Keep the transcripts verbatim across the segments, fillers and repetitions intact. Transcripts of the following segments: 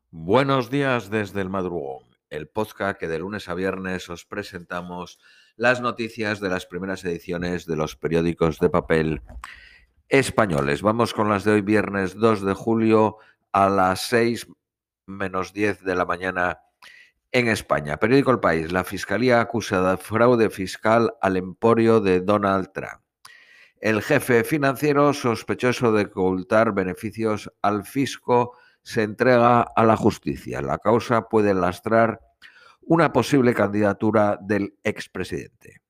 Buenos días desde el madrugón, el podcast que de lunes a viernes os presentamos las noticias de las primeras ediciones de los periódicos de papel españoles. Vamos con las de hoy, viernes dos de julio a las seis menos diez de la mañana en España. Periódico El País. La Fiscalía acusa de fraude fiscal al emporio de Donald Trump. El jefe financiero sospechoso de ocultar beneficios al fisco se entrega a la justicia. La causa puede lastrar una posible candidatura del expresidente.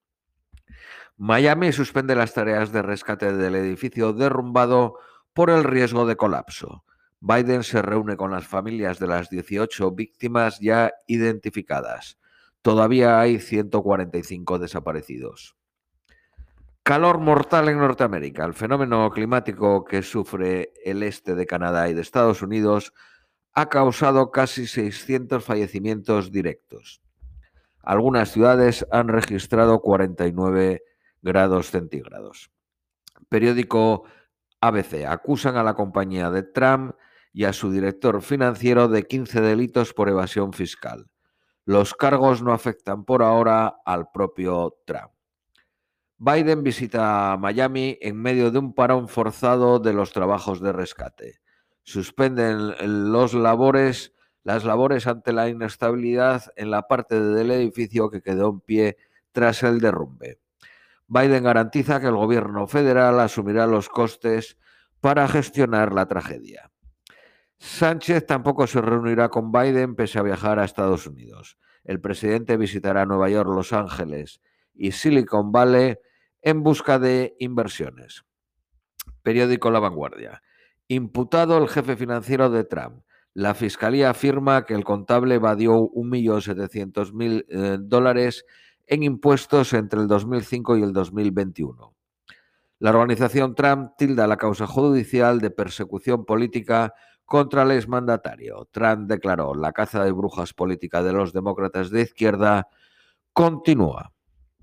Miami suspende las tareas de rescate del edificio derrumbado por el riesgo de colapso. Biden se reúne con las familias de las dieciocho víctimas ya identificadas. Todavía hay ciento cuarenta y cinco desaparecidos. Calor mortal en Norteamérica. El fenómeno climático que sufre el este de Canadá y de Estados Unidos ha causado casi seiscientos fallecimientos directos. Algunas ciudades han registrado cuarenta y nueve grados centígrados. Periódico A B C. Acusan a la compañía de Trump y a su director financiero de quince delitos por evasión fiscal. Los cargos no afectan por ahora al propio Trump. Biden visita Miami en medio de un parón forzado de los trabajos de rescate. Suspenden los labores, las labores ante la inestabilidad en la parte del edificio que quedó en pie tras el derrumbe. Biden garantiza que el gobierno federal asumirá los costes para gestionar la tragedia. Sánchez tampoco se reunirá con Biden pese a viajar a Estados Unidos. El presidente visitará Nueva York, Los Ángeles y Silicon Valley en busca de inversiones. Periódico La Vanguardia. Imputado el jefe financiero de Trump. La fiscalía afirma que el contable evadió un millón setecientos mil eh, dólares en impuestos entre el dos mil cinco y el dos mil veintiuno. La organización Trump tilda la causa judicial de persecución política contra el exmandatario. Trump declaró: la caza de brujas política de los demócratas de izquierda continúa.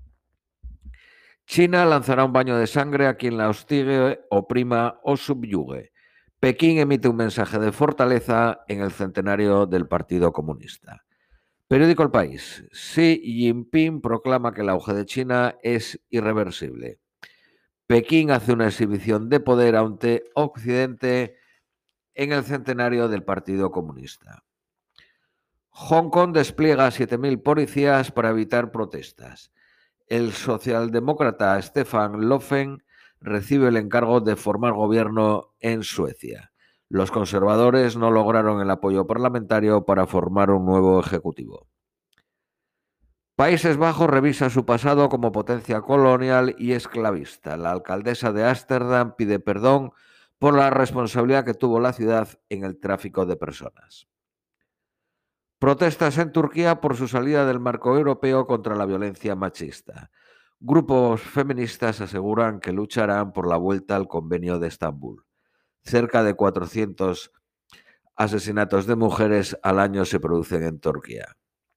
China lanzará un baño de sangre a quien la hostigue, oprima o subyugue. Pekín emite un mensaje de fortaleza en el centenario del Partido Comunista. Periódico El País. Xi Jinping proclama que el auge de China es irreversible. Pekín hace una exhibición de poder ante Occidente en el centenario del Partido Comunista. Hong Kong despliega siete mil policías para evitar protestas. El socialdemócrata Stefan Löfven recibe el encargo de formar gobierno en Suecia. Los conservadores no lograron el apoyo parlamentario para formar un nuevo ejecutivo. Países Bajos revisa su pasado como potencia colonial y esclavista. La alcaldesa de Ámsterdam pide perdón por la responsabilidad que tuvo la ciudad en el tráfico de personas. Protestas en Turquía por su salida del marco europeo contra la violencia machista. Grupos feministas aseguran que lucharán por la vuelta al Convenio de Estambul. Cerca de cuatrocientos asesinatos de mujeres al año se producen en Turquía.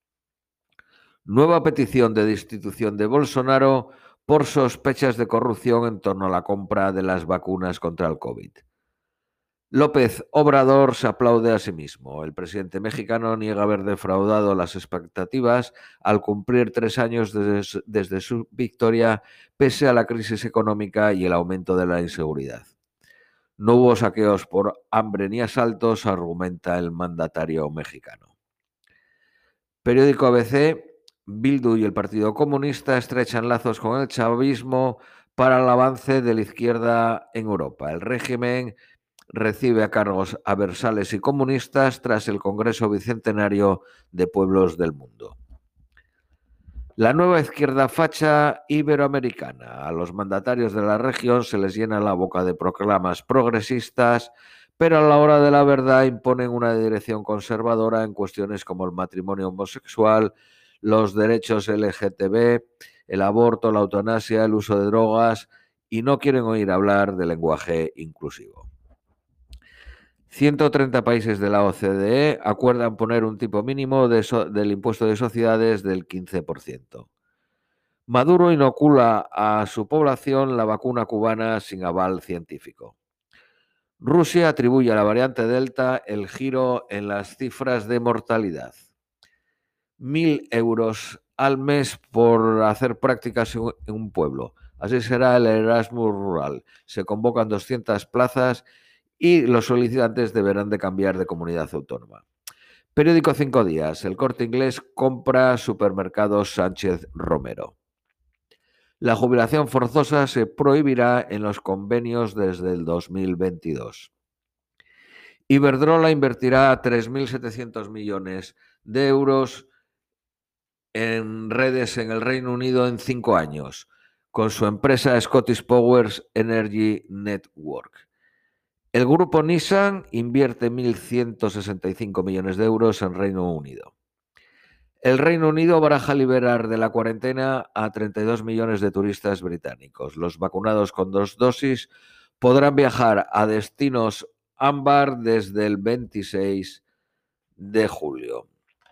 Nueva petición de destitución de Bolsonaro por sospechas de corrupción en torno a la compra de las vacunas contra el COVID. López Obrador se aplaude a sí mismo. El presidente mexicano niega haber defraudado las expectativas al cumplir tres años desde, desde su victoria, pese a la crisis económica y el aumento de la inseguridad. No hubo saqueos por hambre ni asaltos, argumenta el mandatario mexicano. Periódico A B C. Bildu y el Partido Comunista estrechan lazos con el chavismo para el avance de la izquierda en Europa. El régimen recibe a cargos aversales y comunistas tras el Congreso Bicentenario de Pueblos del Mundo. La nueva izquierda facha iberoamericana. A los mandatarios de la región se les llena la boca de proclamas progresistas, pero a la hora de la verdad imponen una dirección conservadora en cuestiones como el matrimonio homosexual, los derechos L G T B, el aborto, la eutanasia, el uso de drogas, y no quieren oír hablar de lenguaje inclusivo. ciento treinta países de la O C D E acuerdan poner un tipo mínimo de so- del impuesto de sociedades del quince por ciento. Maduro inocula a su población la vacuna cubana sin aval científico. Rusia atribuye a la variante Delta el giro en las cifras de mortalidad. Mil euros al mes por hacer prácticas en un pueblo. Así será el Erasmus rural. Se convocan doscientas plazas y los solicitantes deberán de cambiar de comunidad autónoma. Periódico Cinco Días. El Corte Inglés compra supermercados Sánchez Romero. La jubilación forzosa se prohibirá en los convenios desde el dos mil veintidós. Iberdrola invertirá tres mil setecientos millones de euros en redes en el Reino Unido en cinco años, con su empresa Scottish Power Energy Network. El grupo Nissan invierte mil ciento sesenta y cinco millones de euros en Reino Unido. El Reino Unido baraja liberar de la cuarentena a treinta y dos millones de turistas británicos. Los vacunados con dos dosis podrán viajar a destinos ámbar desde el veintiséis de julio.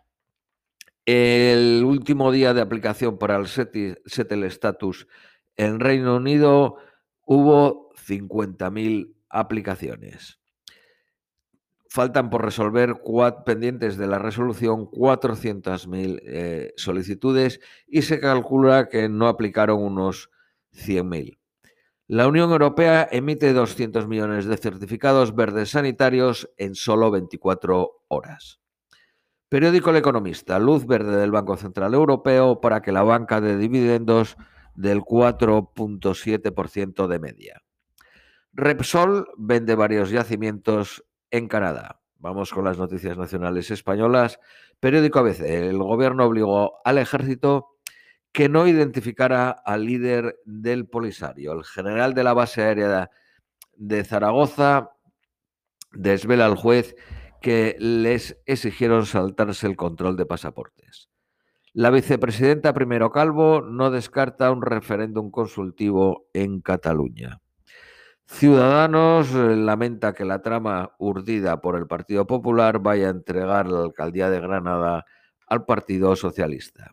El último día de aplicación para el Settle Status en Reino Unido hubo cincuenta mil aplicaciones. Faltan por resolver cuatro, pendientes de la resolución cuatrocientas mil eh, solicitudes y se calcula que no aplicaron unos cien mil. La Unión Europea emite doscientos millones de certificados verdes sanitarios en solo veinticuatro horas. Periódico El Economista. Luz verde del Banco Central Europeo para que la banca de dividendos del cuatro coma siete por ciento de media. Repsol vende varios yacimientos en Canadá. Vamos con las noticias nacionales españolas. Periódico A B C. El gobierno obligó al ejército que no identificara al líder del Polisario. El general de la base aérea de Zaragoza desvela al juez que les exigieron saltarse el control de pasaportes. La vicepresidenta Primero Calvo no descarta un referéndum consultivo en Cataluña. Ciudadanos lamenta que la trama urdida por el Partido Popular vaya a entregar la alcaldía de Granada al Partido Socialista.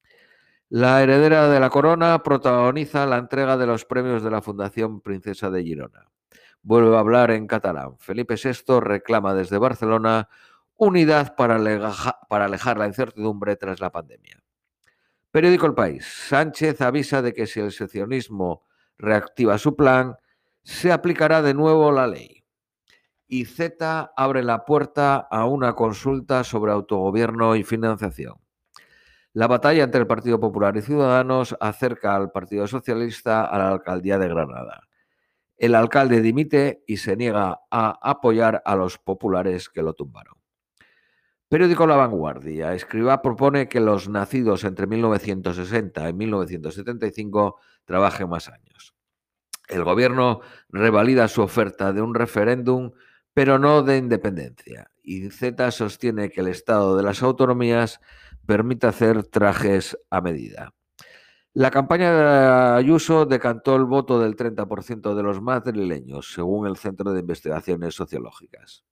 La heredera de la corona protagoniza la entrega de los premios de la Fundación Princesa de Girona. Vuelve a hablar en catalán. Felipe sexto reclama desde Barcelona unidad para, aleja, para alejar la incertidumbre tras la pandemia. Periódico El País. Sánchez avisa de que si el secesionismo reactiva su plan, se aplicará de nuevo la ley. Y Z abre la puerta a una consulta sobre autogobierno y financiación. La batalla entre el Partido Popular y Ciudadanos acerca al Partido Socialista a la alcaldía de Granada. El alcalde dimite y se niega a apoyar a los populares que lo tumbaron. Periódico La Vanguardia. Escrivá propone que los nacidos entre mil novecientos sesenta y mil novecientos setenta y cinco trabajen más años. El gobierno revalida su oferta de un referéndum, pero no de independencia. Y Z sostiene que el Estado de las autonomías permite hacer trajes a medida. La campaña de Ayuso decantó el voto del treinta por ciento de los madrileños, según el Centro de Investigaciones Sociológicas.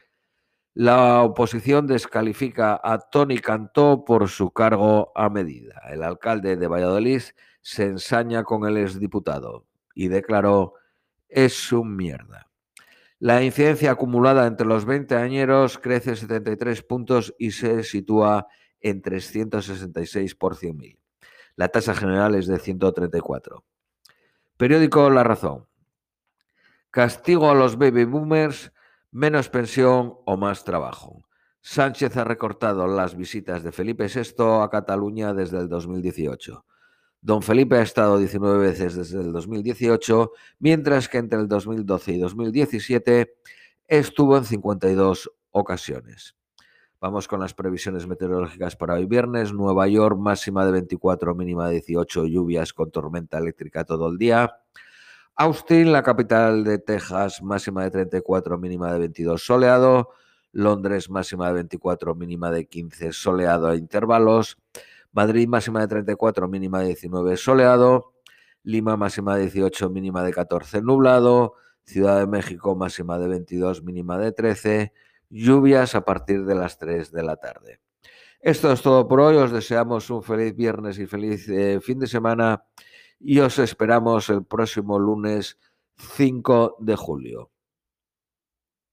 La oposición descalifica a Toni Cantó por su cargo a medida. El alcalde de Valladolid se ensaña con el exdiputado y declaró: es un mierda. La incidencia acumulada entre los veinteañeros crece setenta y tres puntos y se sitúa en trescientos sesenta y seis por cien mil. La tasa general es de ciento treinta y cuatro. Periódico La Razón. Castigo a los baby boomers, menos pensión o más trabajo. Sánchez ha recortado las visitas de Felipe sexto a Cataluña desde el dos mil dieciocho. Don Felipe ha estado diecinueve veces desde el dos mil dieciocho, mientras que entre el dos mil doce y dos mil diecisiete estuvo en cincuenta y dos ocasiones. Vamos con las previsiones meteorológicas para hoy viernes. Nueva York, máxima de veinticuatro, mínima de dieciocho, lluvias con tormenta eléctrica todo el día. Austin, la capital de Texas, máxima de treinta y cuatro, mínima de veintidós, soleado. Londres, máxima de veinticuatro, mínima de quince, soleado a intervalos. Madrid, máxima de treinta y cuatro, mínima de diecinueve, soleado. Lima, máxima de dieciocho, mínima de catorce, nublado. Ciudad de México, máxima de veintidós, mínima de trece. Lluvias a partir de las tres de la tarde. Esto es todo por hoy. Os deseamos un feliz viernes y feliz eh, fin de semana y os esperamos el próximo lunes cinco de julio.